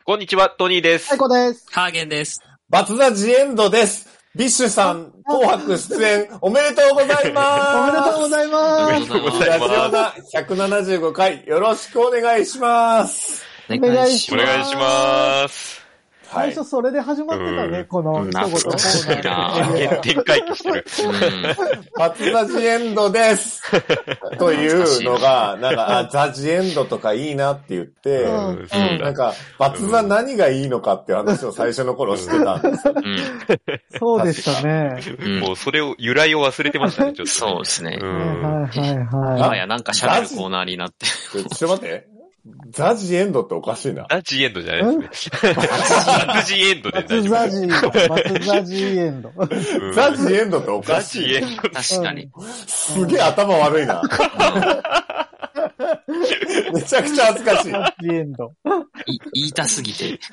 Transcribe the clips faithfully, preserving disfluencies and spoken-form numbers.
こんにちは、トニーです。 最高です。 ハーゲンです。 バツザジエンドです。ビッシュさん、紅白出演おめでとうございます。 おめでとうございます。 おめでとうございます。 ラジオナひゃくななじゅうごかいよろしくお願いします。 お願いします。 お願いします。 最初それで始まってたね、うん、この一言コーナー。原点回帰してる。 バツザジエンドです。というのが、なんか、あ、ザジエンドとかいいなって言って、うん、なんか、バツザ何がいいのかっていう話を最初の頃してたんですよ。うん、 そうでしたね。 もうそれを、由来を忘れてましたね、ちょっと、ね。 そうですね。 うん、はいはいはい。 今やなんか喋るコーナーになって。 ちょっと待って。ザジエンドっておかしいな。 ザジエンドじゃないですね。バツジエンドで大丈夫。バツザジ、バツザジエンド。 ザジエンドっておかしい。 ザジエンド。 確かに。 すげえ頭悪いな。めちゃくちゃ恥ずかしい。 ザジエンド。 い言いたすぎて。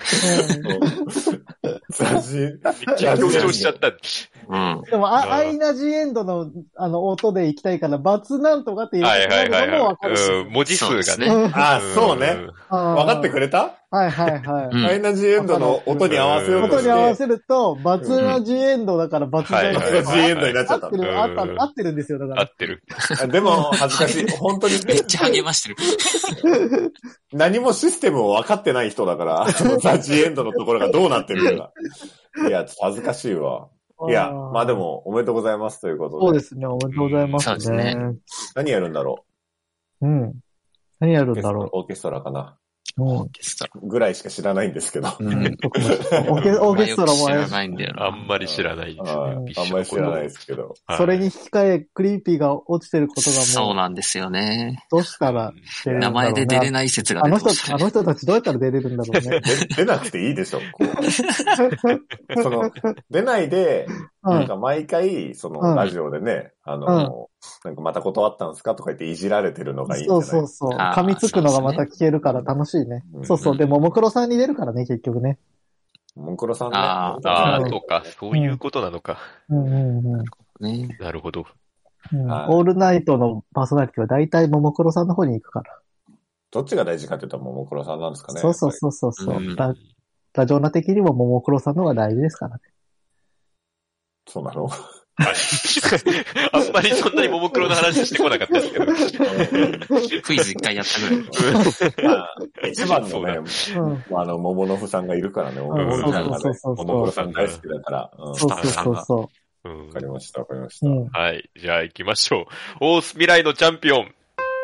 ザジ、めっちゃ強調しちゃった。 うん。 でも、あ、アイナジエンドの、あの、音で行きたいから、バツなんとかっていうはいはいはいのもわかるし。 文字数がね。 ああ、そうね。分かってくれた？ はいはいはい。 アイナジエンドの音に合わせようとして。 音に合わせると、バツナジエンドだからバツナジエンドになっちゃった。 合ってる、合ってる、合ってるんですよ、だから。 合ってる。 でも、恥ずかしい。本当に。 めっちゃ励ましてる。 何もシステムを分かってない人だから、ザジエンドのところがどうなってるか。いや、恥ずかしいわ。いや、まあでも、おめでとうございますということで。 そうですね、おめでとうございますね。 そうですね。 何やるんだろう。うん。何やるんだろう。 オーケストラかな。 オーケストラ。 ぐらいしか知らないんですけど。 うん、 オーケストラも知らないんだよな。 あんまり知らないですね。 あんまり知らないですけど。 それに引き換え、クリーピーが落ちてることがもう。 そうなんですよね。 どうしたら出れるんだろうな。名前で出れない説が出てました、 ね。あの人、あの人たちどうやったら出れるんだろうね。 出なくていいでしょ。その、出ないで、なんか毎回、その、ラジオでね、あの、なんかまた断ったんですかとか言っていじられてるのがいいんじゃない？ そうそうそう。噛みつくのがまた聞けるから楽しいね。そうそう。で、ももクロさんに出るからね、結局ね。 ももクロさんね。 ああ、そうか。そういうことなのか。 うんうんうん。 ね、 なるほど。 オールナイトのパーソナリティは大体ももクロさんの方に行くから。 どっちが大事かって言ったらももクロさんなんですかね。 そうそうそうそうそう。ラ、ラジオナ的にもももクロさんの方が大事ですからね。 そうなの？ はい。あんまりそんなにももクロの話してこなかったですけど。 クイズ一回やったぐらい。一番のね、うん、あの、モモノフさんがいるからね、モモノフさんがね、モモクロさん大好きだから。 うん、そうそうそうそう。 わ、うん、かりました、わかりました、 うん。 はい。じゃあ行きましょう。オース未来のチャンピオン。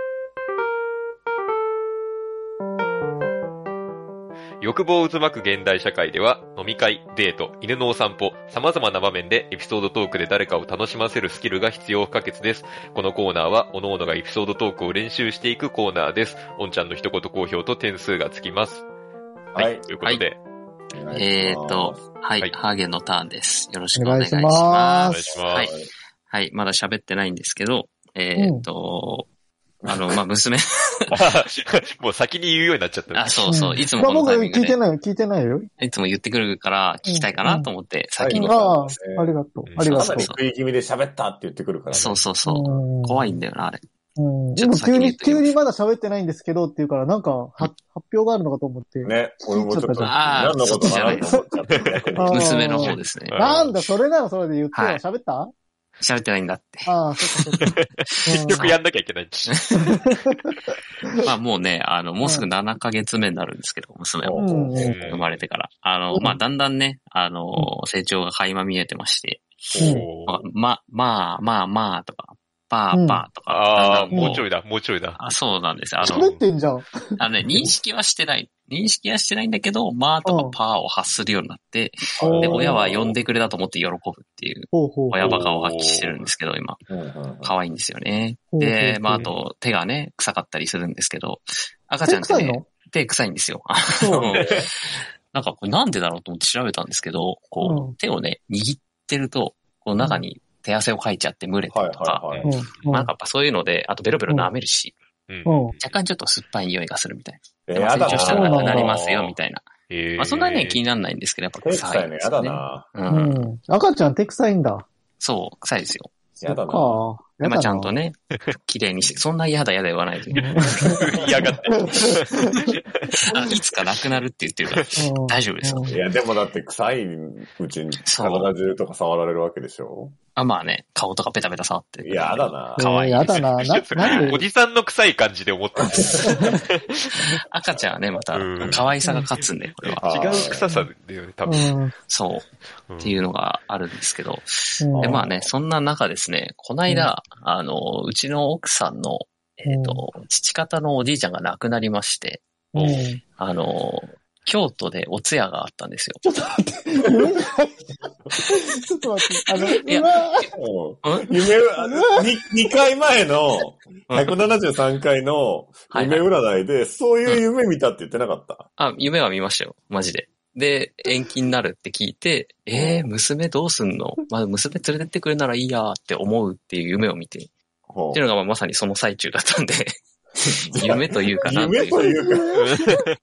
欲望を渦巻く現代社会では、飲み会、デート、犬のお散歩、様々な場面でエピソードトークで誰かを楽しませるスキルが必要不可欠です。このコーナーは、各々がエピソードトークを練習していくコーナーです。おんちゃんの一言好評と点数がつきます。はい。はい、ということで。 はい、えーと、はい、はい、ハーゲンのターンです。よろしくお願いします。 お願いします。 はい。はい、まだ喋ってないんですけど、えーと、うんあの、まあ、娘。 もう先に言うようになっちゃった。 あ、そうそう。いつもこのタイミングで。 聞いてないよ、聞いてないよ。 いつも言ってくるから聞きたいかなと思って、先に。 ああ、ありがとう。ありがとう。 かなり食い気味で喋ったって言ってくるから、ね。 そうそうそう。怖いんだよな、あれ。 うん。でも急に、急にまだ喋ってないんですけどって言うから、なんか、は、発表があるのかと思って。 ね。俺もちょっと、 ああ、 何のことかなと思っちゃって。 娘の方ですね。 なんだ、それならそれで言ってよ。喋った？ 喋ってないんだって。 ああ、そっかそっか。 結局やんなきゃいけない。 まあもうね、あの、もうすぐななかげつめになるんですけど、娘も。生まれてから。あの、まあだんだんね、あの、成長が垣間見えてまして。ま、まあ、まあ、まあとか、パーパーとか。 ああ、もうちょいだ、もうちょいだ。 あ、そうなんです。あの、 喋ってんじゃん。 あのね、認識はしてない。認識はしてないんだけど、まあとかパーを発するようになって、で、親は呼んでくれたと思って喜ぶっていう、親バカを発揮してるんですけど、今。可愛いんですよね。で、まああと、手がね、臭かったりするんですけど、赤ちゃんってね、手臭いんですよ。なんかこれなんでだろうと思って調べたんですけど、こう、手をね、握ってると、この中に手汗をかいちゃって蒸れたりとか、なんかやっぱそういうので、あとベロベロ舐めるし、若干ちょっと酸っぱい匂いがするみたいな。でも成長したらなくなりますよ、みたいな。まあそんなね、気にならないんですけど、やっぱ臭い、ね。 臭いね、やだな。 うん。赤ちゃん手臭いんだ。 そう、臭いですよ。 やだな。 で、まあちゃんとね、綺麗にして、そんな嫌だ嫌だ言わないで。 嫌がって。 あいつかなくなるって言ってるから、大丈夫ですよ。 いや、でもだって臭いうちに体中とか触られるわけでしょ？ あ、まあね、顔とかペタペタ触って。 やだな。 かわいい。 やだな。な、なんでおじさんの臭い感じで思ったんです。 赤ちゃんはね、また、可愛さが勝つんで、これは。 違う臭さだよね、多分。 そう。っていうのがあるんですけど。で、まあね、そんな中ですね、この間、あの、うちの奥さんの、えっと、父方のおじいちゃんが亡くなりまして、あの、京都でお通夜があったんですよ。 ちょっと待って。ちょっと待って。あの、いや、 夢、あの、にかいまえのひゃくななじゅうさんかいの夢占いで、そういう夢見たって言ってなかった？ あ、夢は見ましたよ。マジで。で、延期になるって聞いて、えー、娘どうすんの？まあ、娘連れてってくれならいいやって思うっていう夢を見て、っていうのがまさにその最中だったんで、夢というかな夢というか。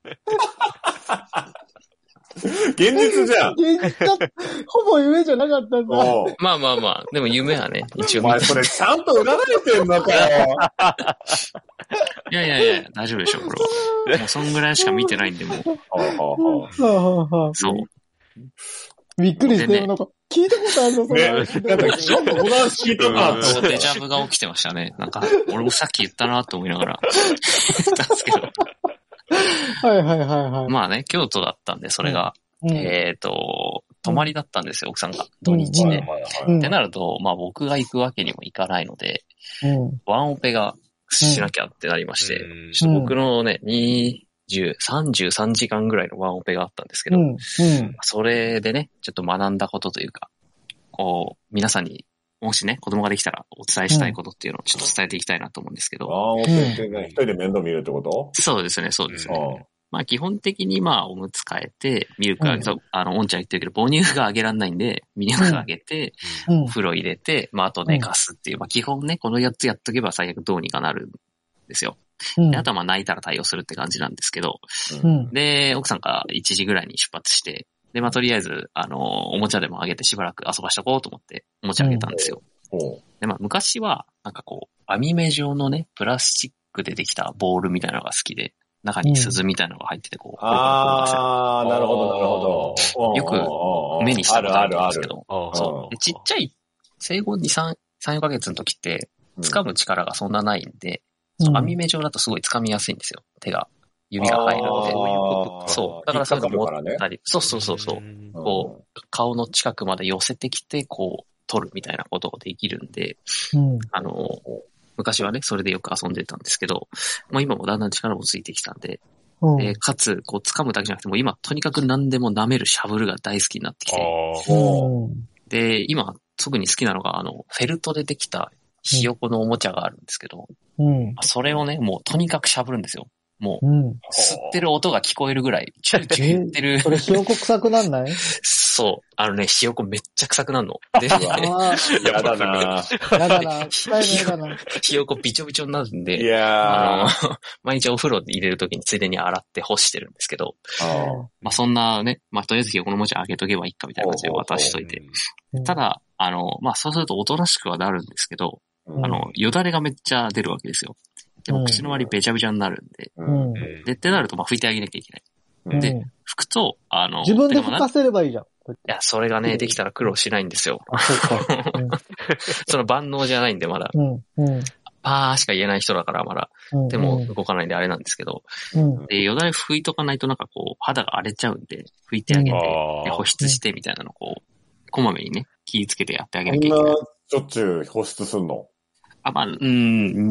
現実じゃん。 現実だ。ほぼ夢じゃなかったんだ。 まあまあまあ、でも夢はね、一応見て。お前それちゃんと占えてんのかよ。 いやいやいや、大丈夫でしょ、これは。もうそんぐらいしか見てないんで、もう。そう。 びっくりしてるのか。聞いたことあるのそれ。ね、 なんかちょっとこの話聞いたなと思って。 デジャブが起きてましたね。なんか、俺もさっき言ったなと思いながら言ったんですけど。 はいはいはいはい。 まあね、京都だったんで、それが。うん、えっ、ー、と、泊まりだったんですよ、奥さんが。土日で。ってなると、まあ僕が行くわけにもいかないので、うん、ワンオペがしなきゃってなりまして、うん、ちょっと僕のね、にじゅう、さんじゅうさんじかんぐらいのワンオペがあったんですけど、うんうん、それでね、ちょっと学んだことというか、こう、皆さんに、もしね、子供ができたらお伝えしたいことっていうのをちょっと伝えていきたいなと思うんですけど。 ワンオペってね、一人で面倒見るってこと？ そうですね、そうですね。まあ基本的にまあおむつ替えて、ミルクあげ、うん、あの、おんちゃん言ってるけど、母乳があげらんないんで、ミルクあげて、うん、お風呂入れて、まああと寝かすっていう、まあ基本ね、このやつやっとけば最悪どうにかなるんですよ。うん、で、あとはまあ泣いたら対応するって感じなんですけど、うん、で、奥さんがいちじぐらいに出発して、で、まあとりあえず、あの、おもちゃでもあげてしばらく遊ばしとこうと思って、おもちゃあげたんですよ。うん、で、まあ昔は、なんかこう、網目状のね、プラスチックでできたボールみたいなのが好きで、中に鈴みたいなのが入ってて、こう、うん、 ああ、なるほど、なるほど。よく目にしたことあるんですけど、そう。で、ちっちゃい、生後に、さん、さん、よんかげつの時って、掴む力がそんなないんで、うん、網目状だとすごい掴みやすいんですよ。手が、指が入るので。そう。だからそういうの持ったり、そうそうそうそう。こう、顔の近くまで寄せてきて、こう、取るみたいなことができるんで、うん、あの、昔はね、それでよく遊んでたんですけど、もう今もだんだん力もついてきたんで、うん、でかつ、こう、掴むだけじゃなくて、もう今、とにかく何でも舐めるしゃぶるが大好きになってきて、で、今、特に好きなのが、あの、フェルトでできたひよこのおもちゃがあるんですけど、うん、それをね、もうとにかくしゃぶるんですよ。もう、うん、吸ってる音が聞こえるぐらい、チューチュー言ってる。 それひよこ臭くなんない？ そう。あのね、ひよこめっちゃ臭くなるの。で、 やだなやだなひよなひよこびちょびちょになるんで、 いやあの、毎日お風呂で入れるときについでに洗って干してるんですけど、あまあそんなね、まあとりあえずひよこのおもちゃあげとけばいいかみたいな感じで渡しといて。ただ、あの、まあそうするとおとなしくはなるんですけど、うん、あの、よだれがめっちゃ出るわけですよ。でも口の周りべちゃべちゃになるんで。うん、で、ってなると、まあ、拭いてあげなきゃいけない。うん、で、拭くと、あの、 自分で拭かせればいいじゃん。 いや、それがね、できたら苦労しないんですよ。あ、そうか。うん、その万能じゃないんで、まだ。うんうん、パーしか言えない人だから、まだ。手も動かないんであれなんですけど。うん、で、よだれ拭いとかないとなんかこう、肌が荒れちゃうんで、拭いてあげて、で保湿してみたいなのをこう、こまめにね、気ぃつけてやってあげなきゃいけない。 そんな、しょっちゅう保湿すんの？ あ、まあ、うん、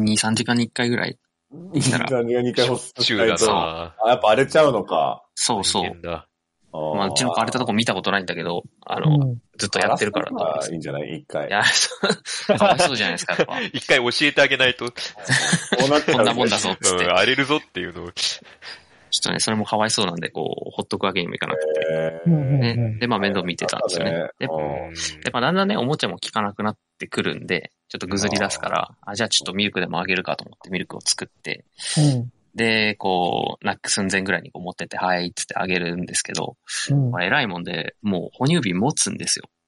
に、さんじかんにいっかいぐらい。 に、さんじかんにいっかい保湿しないと。あ、やっぱ荒れちゃうのか。 そうそう。まあ、うちの子荒れたとこ見たことないんだけど、あの、うん、ずっとやってるからと思いいんじゃない一回。 いや、かわいそうじゃないですか。 一回教えてあげないと。 こんなもんだぞっつって。 うん、荒れるぞっていうのを。 ちょっとね、それもかわいそうなんで、こう、ほっとくわけにもいかなくて。ね、で、まあ面倒見てたんですよね。で、でまあだんだんね、おもちゃも効かなくなってくるんで、ちょっとぐずり出すから、あ、じゃあちょっとミルクでもあげるかと思ってミルクを作って、うん、で、こう、ナック寸前ぐらいにこう持ってって、はい、つってあげるんですけど、うん、まあ、偉いもんで、もう哺乳瓶持つんですよ。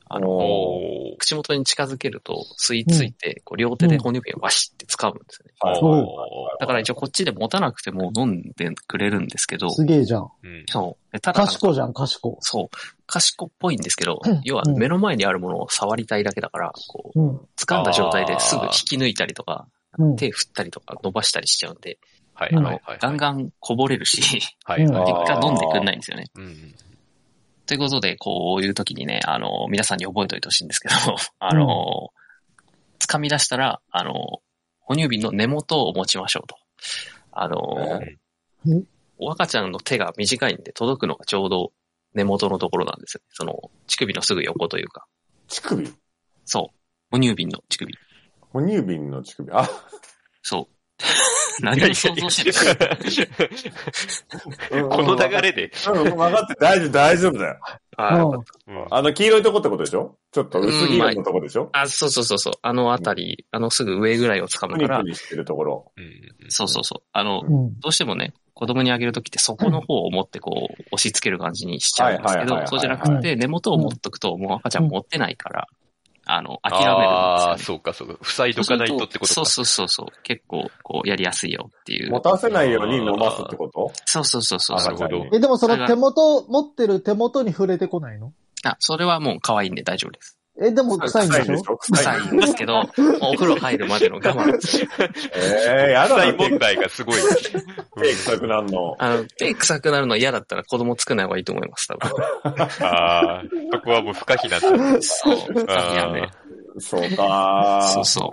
あの、口元に近づけると吸い付いて、こう両手で哺乳瓶をワシって掴むんですよね。 うん、 だから一応こっちで持たなくても飲んでくれるんですけど。 すげえじゃん。 そう。ただ賢じゃん、賢。 そう。賢っぽいんですけど、要は目の前にあるものを触りたいだけだから、こう、掴んだ状態ですぐ引き抜いたりとか、手振ったりとか伸ばしたりしちゃうんで、はいあの、ガンガンこぼれるし、はい、結果飲んでくんないんですよね。うんということで、こういう時にね、あの、皆さんに覚えておいてほしいんですけど、あの、うん、掴み出したら、あの、哺乳瓶の根元を持ちましょうと。あの、うん、お赤ちゃんの手が短いんで届くのがちょうど根元のところなんですよ。その、乳首のすぐ横というか。 乳首？ そう。哺乳瓶の乳首。 哺乳瓶の乳首。あそう。何を想像してるこの流れで。 うん、分かって、大丈夫、大丈夫だよ。あ, あの、黄色いとこってことでしょ？ちょっと薄黄色のとこでしょ、うんまあ、あ、そうそうそうそう。あのあたり、うん、あのすぐ上ぐらいを掴むから。 プニプニしてるところ。 そうそうそう。あの、うん、どうしてもね、子供にあげるときってそこの方を持ってこう、押し付ける感じにしちゃうんですけど、そうじゃなくて、根元を持っとくともう赤ちゃん持ってないから、あの、諦めるんですよ、ね。ああ、 そうかそうか。塞いとかないとってことか。 そうそうそうそう。結構、こう、やりやすいよっていう。 持たせないように飲ますってこと？ そうそうそうそう。 なるほど。 え、でもその手元、持ってる手元に触れてこないの？ あ、それはもう可愛いんで大丈夫です。 え、でも臭いんでしょ？ 臭いんですけど、お風呂入るまでの我慢ですよ。 えー、やだな。臭い問題がすごい。 手臭くなるの。 あの、手臭くなるの嫌だったら子供作らない方がいいと思います、多分。 ああ、そこはもう不可避なんだ。 そう、不可避なんで。 そうか。 そうそう。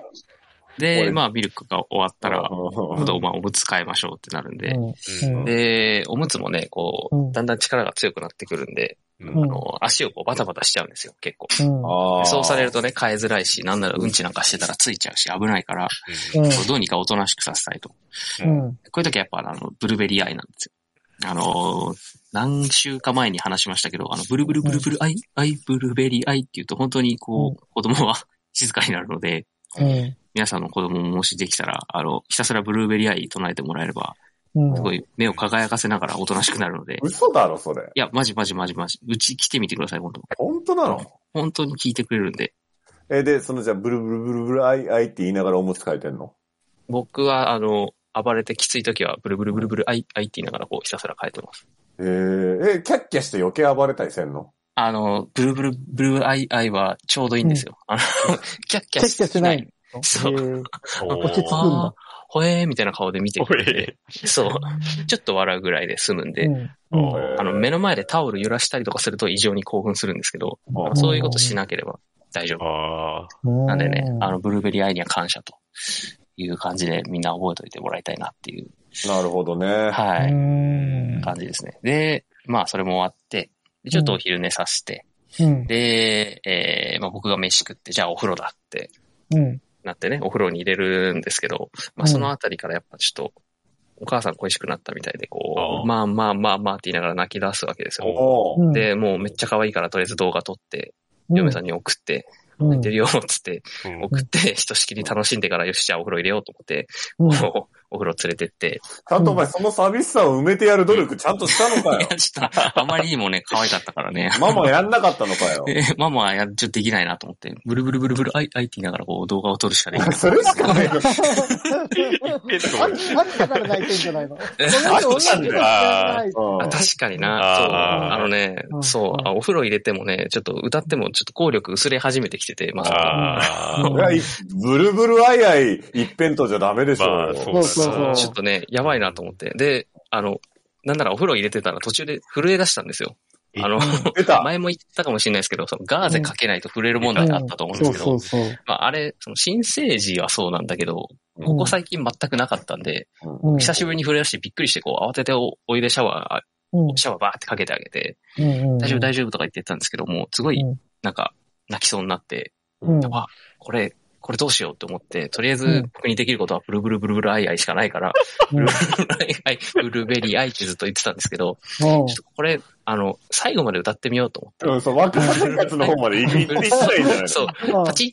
で、まあ、ミルクが終わったら、今度、まあ、おむつ替えましょうってなるんで、うん、で、おむつもね、こう、だんだん力が強くなってくるんで、うん、あの、足をこうバタバタしちゃうんですよ、結構。うん、そうされるとね、変えづらいし、なんならうんちなんかしてたらついちゃうし、危ないから、うん、どうにかおとなしくさせたいと。うん、こういう時はやっぱ、あの、ブルベリーアイなんですよ。あの、何週か前に話しましたけど、あの、ブルブルブルブルアイ、アイ、ブルベリーアイって言うと、本当にこう、子供は静かになるので、うん、皆さんの子供ももしできたら、あの、ひたすらブルーベリーアイ唱えてもらえれば、すごい目を輝かせながらおとなしくなるので。 嘘だろ、それ。 いや、マジマジマジマジ。うち来てみてください、本当。 本当なの？ 本当に聞いてくれるんで。 え、で、そのじゃあ、ブルブルブルブルアイアイって言いながらおむつ替えてんの？ 僕は、あの、暴れてきつい時は、ブルブルブルブルアイアイって言いながらこうひたすら変えてます。 えー、え、キャッキャして余計暴れたりせんの？ あの、ブルブルブルアイアイはちょうどいいんですよ。うん、あの、キャッキャしない。 そう。 落ち着くんだ。 ほえーみたいな顔で見てくれて、そう。ちょっと笑うぐらいで済むんで、うん、あの、目の前でタオル揺らしたりとかすると異常に興奮するんですけど、そういうことしなければ大丈夫。なんでね、あの、ブルーベリーアイには感謝という感じでみんな覚えておいてもらいたいなっていう。 なるほどね。 はい。感じですね。で、まあそれも終わって、ちょっとお昼寝させて、うん、で、えー、まあ僕が飯食って、じゃあお風呂だって。うんなってね、お風呂に入れるんですけど、まあそのあたりからやっぱちょっと、お母さん恋しくなったみたいで、こう、まあまあまあまあって言いながら泣き出すわけですよ。で、もうめっちゃ可愛いからとりあえず動画撮って、嫁さんに送って、寝てるよ、つって、送って、ひとしきり楽しんでからよし、じゃあお風呂入れようと思って、お風呂連れてって。 ちゃんとお前その寂しさを埋めてやる努力ちゃんとしたのかよ。 いや、ちょっと、あまりにもね、可愛かったからね。 ママやんなかったのかよ。 え、ママはや、ちょっとできないなと思って、ブルブルブルブル、アイ、アイって言いながらこう動画を撮るしかできない。 それしかないよ。 秋だから泣いてんじゃないの？ あ、確かにな。そう。あのね、そう、お風呂入れてもね、ちょっと歌ってもちょっと効力薄れ始めてきてて、まあ。 ブルブルアイアイ一辺倒じゃダメでしょ。まあ、 そうそうそうちょっとね、やばいなと思って。で、あの、なんならお風呂入れてたら途中で震え出したんですよ。あの、前も言ったかもしれないですけど、そのガーゼかけないと震える問題があったと思うんですけど、まああれ、その新生児はそうなんだけど、ここ最近全くなかったんで、うん、久しぶりに震え出してびっくりして、こう慌てておお湯でシャワー、うん、シャワーバーってかけてあげて、うん、大丈夫大丈夫とか言ってたんですけども、すごい、なんか、泣きそうになって、うん、あ、これ、これどうしようって思って、とりあえず僕にできることはブルブルブルブルアイアイしかないから、ブルブルブルアイアイ、ブルーベリーアイってずっと言ってたんですけど、ちょっとこれ、あの、最後まで歌ってみようと思って。 うん、そう、若いやつの方まで行っていったらいいんじゃないそう、パチッ、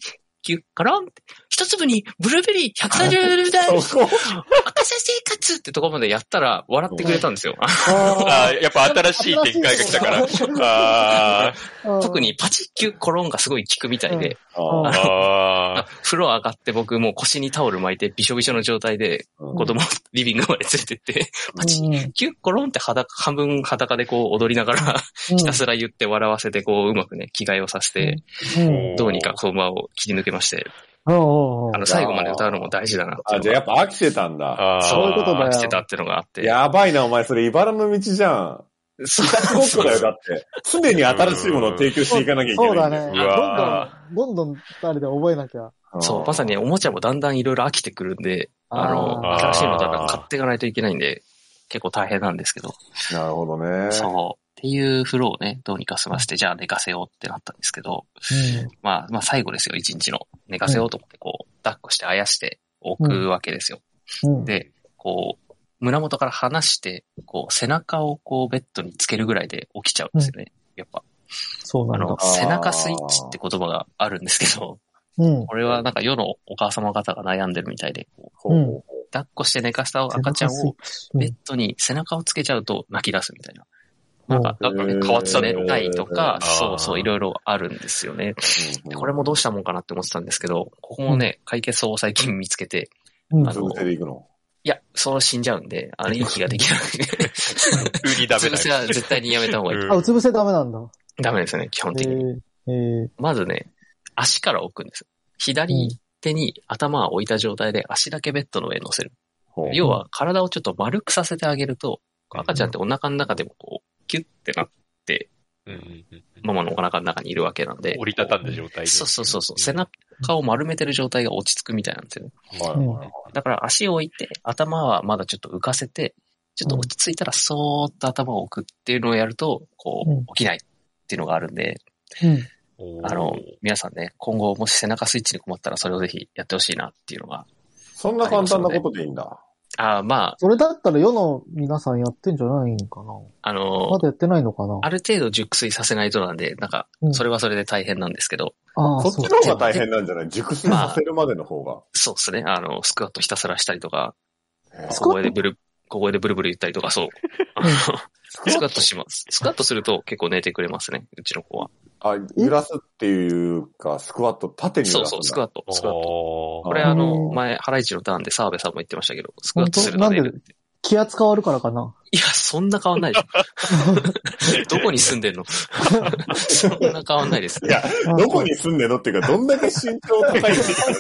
キュッカロンって、一粒にブルーベリーひゃくさんじゅうミリだよ赤写生活ってとこまでやったら笑ってくれたんですよ。 ああ、やっぱ新しい展開が来たから。あ特にパチッキュコロンがすごい効くみたいで、 ああ風呂上がって僕もう腰にタオル巻いてびしょびしょの状態で子供をリビングまで連れてって、パチッキュコロンって裸、半分裸でこう踊りながらひたすら言って笑わせてこううまくね、着替えをさせて、どうにか相場を切り抜けまして、あの最後まで歌うのも大事だなって。 あ、じゃあやっぱ飽きてたんだ。 そういうことだよ。飽きてたっていうのがあって。 やばいな、お前それ茨の道じゃん。そうすごくだよ、だって。常に新しいものを提供していかなきゃいけない。 そうだね。どんどん、どんどん二人で覚えなきゃ。 そう、まさにおもちゃもだんだんいろいろ飽きてくるんで、あの、新しいのだんだん買っていかないといけないんで、結構大変なんですけど。 なるほどね。 そう。っていう風呂をね、どうにか済ませて、じゃあ寝かせようってなったんですけど、うん、まあ、まあ最後ですよ、一日の。寝かせようと思って、こう、抱っこしてあやして置くわけですよ。うん、で、こう、胸元から離して、こう、背中をこう、ベッドにつけるぐらいで起きちゃうんですよね、うん、やっぱ。 そうなんだ。 あの、背中スイッチって言葉があるんですけど、うん、これはなんか世のお母様方が悩んでるみたいで、こう、うん、抱っこして寝かした赤ちゃんをベッドに背中をつけちゃうと泣き出すみたいな。なんか、なんか変わってたね。たいとか、そうそう、いろいろあるんですよね。でこれもどうしたもんかなって思ってたんですけど、ここもね、解決法を最近見つけて、 うん、あの、いくのいや、そう死んじゃうんで、あの、息ができなくて。 普通にダメだ。 うつ伏せは絶対にやめた方がいい。 あ、うつ伏せダメなんだ。 ダメですね、基本的に。えー、まずね、足から置くんです。左手に頭を置いた状態で足だけベッドの上に乗せる。うん、要は、体をちょっと丸くさせてあげると、赤ちゃんってお腹の中でもこう、キュッてなって、うんうんうん、ママのお腹の中にいるわけなんで。 折りたたんだ状態で。 そうそうそうそう。背中を丸めてる状態が落ち着くみたいなんですよね。うん、だから足を置いて、頭はまだちょっと浮かせて、ちょっと落ち着いたらそーっと頭を置くっていうのをやると、こう、起きないっていうのがあるんで、うん、あの、皆さんね、今後もし背中スイッチに困ったらそれをぜひやってほしいなっていうのが。 そんな簡単なことでいいんだ。 ああ、まあ。 それだったら世の皆さんやってんじゃないのかな。 あのー、 まだやってないのかな。 ある程度熟睡させないとなんで、なんか、それはそれで大変なんですけど。 うん、 ああ、そっちの方が大変なんじゃない？熟睡させるまでの方が。まあ、 そうですね。あの、スクワットひたすらしたりとか、小声でブル、小声でブルブル言ったりとか、そう。スクワットします。スクワットすると結構寝てくれますね、うちの子は。 あ、揺らすっていうか、スクワット、縦に揺らすんだ。 そうそう、スクワット、スクワット。これあの、前、ハライチのターンで澤部さんも言ってましたけど、スクワットすると寝るって。 気圧変わるからかな。 いや、そんな変わんないです。どこに住んでんのそんな変わんないです。 いや、どこに住んでんのっていうか、どんだけ身長高いの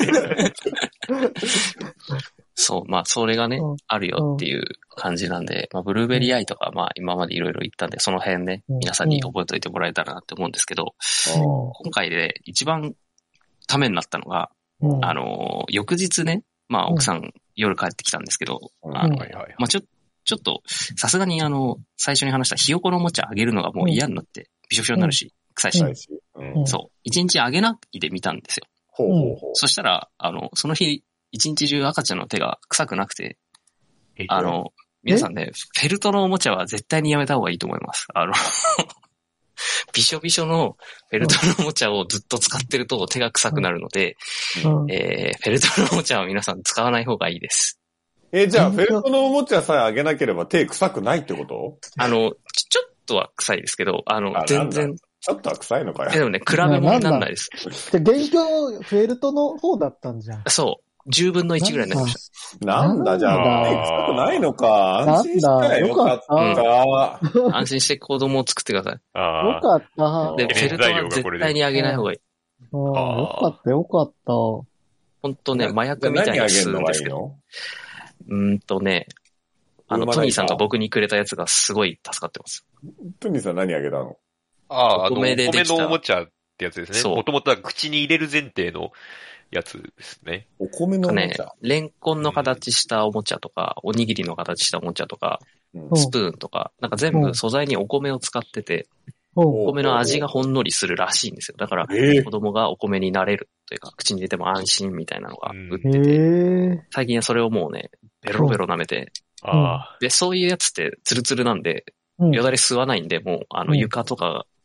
そう、まあ、それがね、うん、あるよっていう感じなんで、まあ、ブルーベリーアイとか、まあ、今までいろいろ言ったんで、その辺ね、皆さんに覚えておいてもらえたらなって思うんですけど、うん、今回で一番ためになったのが、うん、あの、翌日ね、まあ、奥さん、うん、夜帰ってきたんですけど、うん、あの、まあ、ちょ、ちょっと、さすがにあの、最初に話したひよこのおもちゃあげるのがもう嫌になって、びしょびしょになるし、臭いし、うん、そう、一日あげないで見たんですよ。 ほうほうほう。 そしたら、あの、その日、一日中赤ちゃんの手が臭くなくて、あの、皆さんね、フェルトのおもちゃは絶対にやめた方がいいと思います。あの、びしょびしょのフェルトのおもちゃをずっと使ってると手が臭くなるので、うん、えー、フェルトのおもちゃは皆さん使わない方がいいです。 えー、じゃあ、フェルトのおもちゃさえあげなければ手臭くないってこと？ あの、ちょ、ちょっとは臭いですけど、あの、あ全然。 ちょっとは臭いのかよ。 でもね、比べ物にならないです。 じゃ、元凶フェルトの方だったんじゃん。 そう。じゅうぶんのいちぐらいになりました。なんだ、じゃあ、手臭くないのか。安心したらよかった。 うん、安心して子供を作ってください。 あよかった。 で、フェルトは絶対にあげない方がいい。 ああ、よかった、よかった。 ほんとね、麻薬みたいな吸うんですけど。うんとね、あの、トニーさんが僕にくれたやつがすごい助かってます。 トニーさん何あげたの？ ああ、あの、お米のおもちゃってやつですね。そう。もともとは口に入れる前提のやつですね。 お米のおもちゃ、 ね、レンコンの形したおもちゃとか、うん、おにぎりの形したおもちゃとか、うん、スプーンとか、なんか全部素材にお米を使ってて、うん、お米の味がほんのりするらしいんですよ。だから、子供がお米になれるというか、口に入れても安心みたいなのが売ってて、最近はそれをもうね、ベロベロ舐めて、うん、で、そういうやつってツルツルなんで、よだれ吸わないんで、もう、あの、床とか、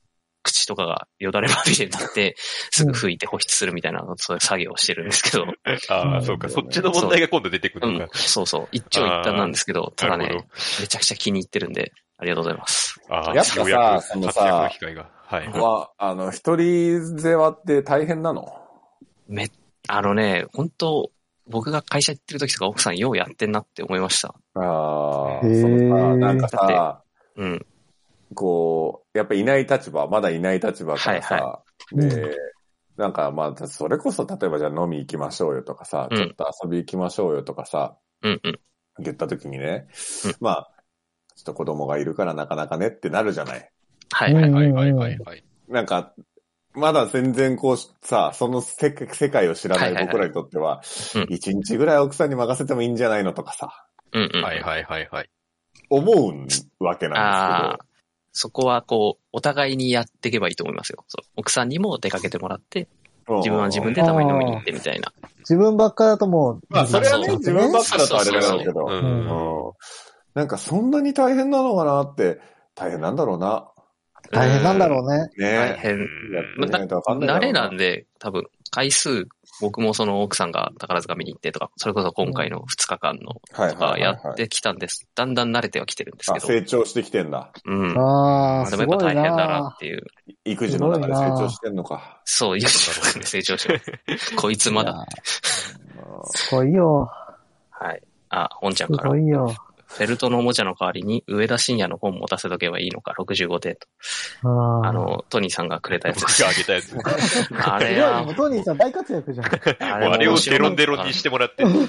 口とかがよだれまみれになって、すぐ拭いて保湿するみたいな、そういう作業をしてるんですけど。 ああ、そうか。そっちの問題が今度出てくるのか。 うん、そうそう。一長一短なんですけど、ただね、めちゃくちゃ気に入ってるんで、ありがとうございます。 ああ、やっぱさ、そのさ、 機会が。はい。 は、あの、一人世話って大変なの？ め、あのね、本当僕が会社行ってる時とか奥さんようやってんなって思いました。 ああ、そのさ、なんかさ、 うん。 こう、やっぱいない立場、まだいない立場からさ、はいはい、で、なんかまあ、それこそ例えばじゃあ飲み行きましょうよとかさ、うん、ちょっと遊び行きましょうよとかさ、 うんうん、 言った時にね、うん、まあ、ちょっと子供がいるからなかなかねってなるじゃない。 はいはいはいはいはい、はい。 なんか、まだ全然こうさ、その世界を知らない僕らにとっては、一日ぐらい奥さんに任せてもいいんじゃないのとかさ。 うんうん、 はいはいはいはい。 思うわけなんですけど。 そこはこう、お互いにやっていけばいいと思いますよ。そう奥さんにも出かけてもらって、自分は自分でたまに飲みに行ってみたいな。 自分ばっかだともう。 まあそれはね、自分ばっかだとあれだろうけど。なんかそんなに大変なのかなって、大変なんだろうな。 大変なんだろうね。 ね大変。慣れなんで、多分、回数、僕もその奥さんが宝塚見に行ってとか、それこそ今回のふつかかんのとかやってきたんです。だんだん慣れてはきてるんですけど。 成長してきてんだ。 うん。 ああ、 でもやっぱ大変だなっていう。 育児の中で成長してんのか。 そう、育児の中で成長してる。こいつまだ。 すごいよ。 はい。あ、おんちゃんから。 すごいよ。 フェルトのおもちゃの代わりに上田晋也の本持たせとけばいいのか、ろくじゅうごていと。あ, あの、トニーさんがくれたやつです。 僕があげたやつ。 あれは。 もうトニーさん大活躍じゃん。 あ れ, あれをデロンデロンにしてもらって。うん、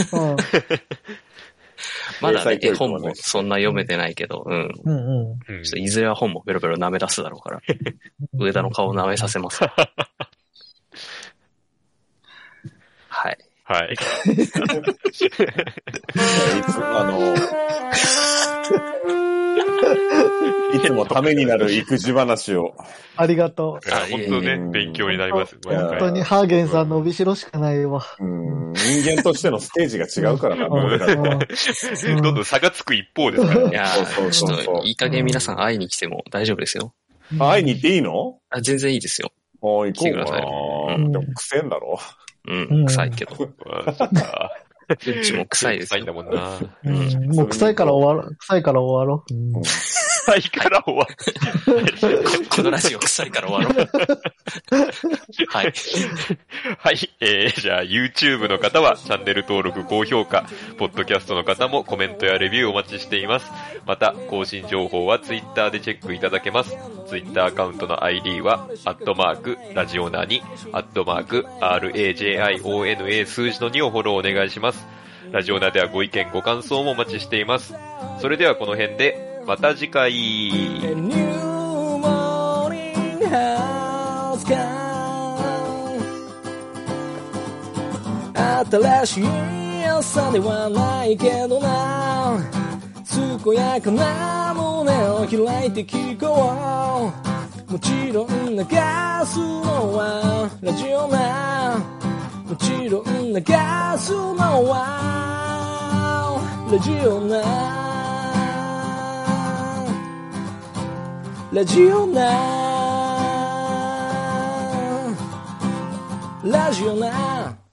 まだね、絵本もそんな読めてないけど、うん。 うんうん、 ちょっといずれは本もベロベロ舐め出すだろうから、上田の顔を舐めさせます。はい。 はい。いつあの、いつもためになる育児話を。 ありがとう。 本当ね、勉強になります。 本当にハーゲンさん伸びしろしかないわ。 うん、人間としてのステージが違うからな、俺らと。 どんどん差がつく一方ですから。 いやー、ちょっといい加減皆さん会いに来ても大丈夫ですよ。 会いに行っていいの？ あ、全然いいですよ。 あ、行こうかな。でも臭いんだろ？ うん、臭いけど。うちも臭いですよ。 臭いんだもんな。 うん、もう臭いから終わろう。臭いから終わろう。うん、 臭いから終わる。このラジオ臭いから終わろう。はい。 はい。えー、じゃあ YouTube の方はチャンネル登録、高評価、ポッドキャストの方もコメントやレビューお待ちしています。また、更新情報は Twitter でチェックいただけます。Twitter アカウントの アイディー は、アットマーク、ラジオナに、アットマーク、アールエージェーアイオーエヌエー 数字のにをフォローお願いします。ラジオナではご意見ご感想もお待ちしています。それではこの辺でまた次回。 新しい朝ではないけどな、健やかな胸を開いて聞こう。もちろん流すのはラジオな、もちろん流すのはラジオな、ラジオな、ラジオな。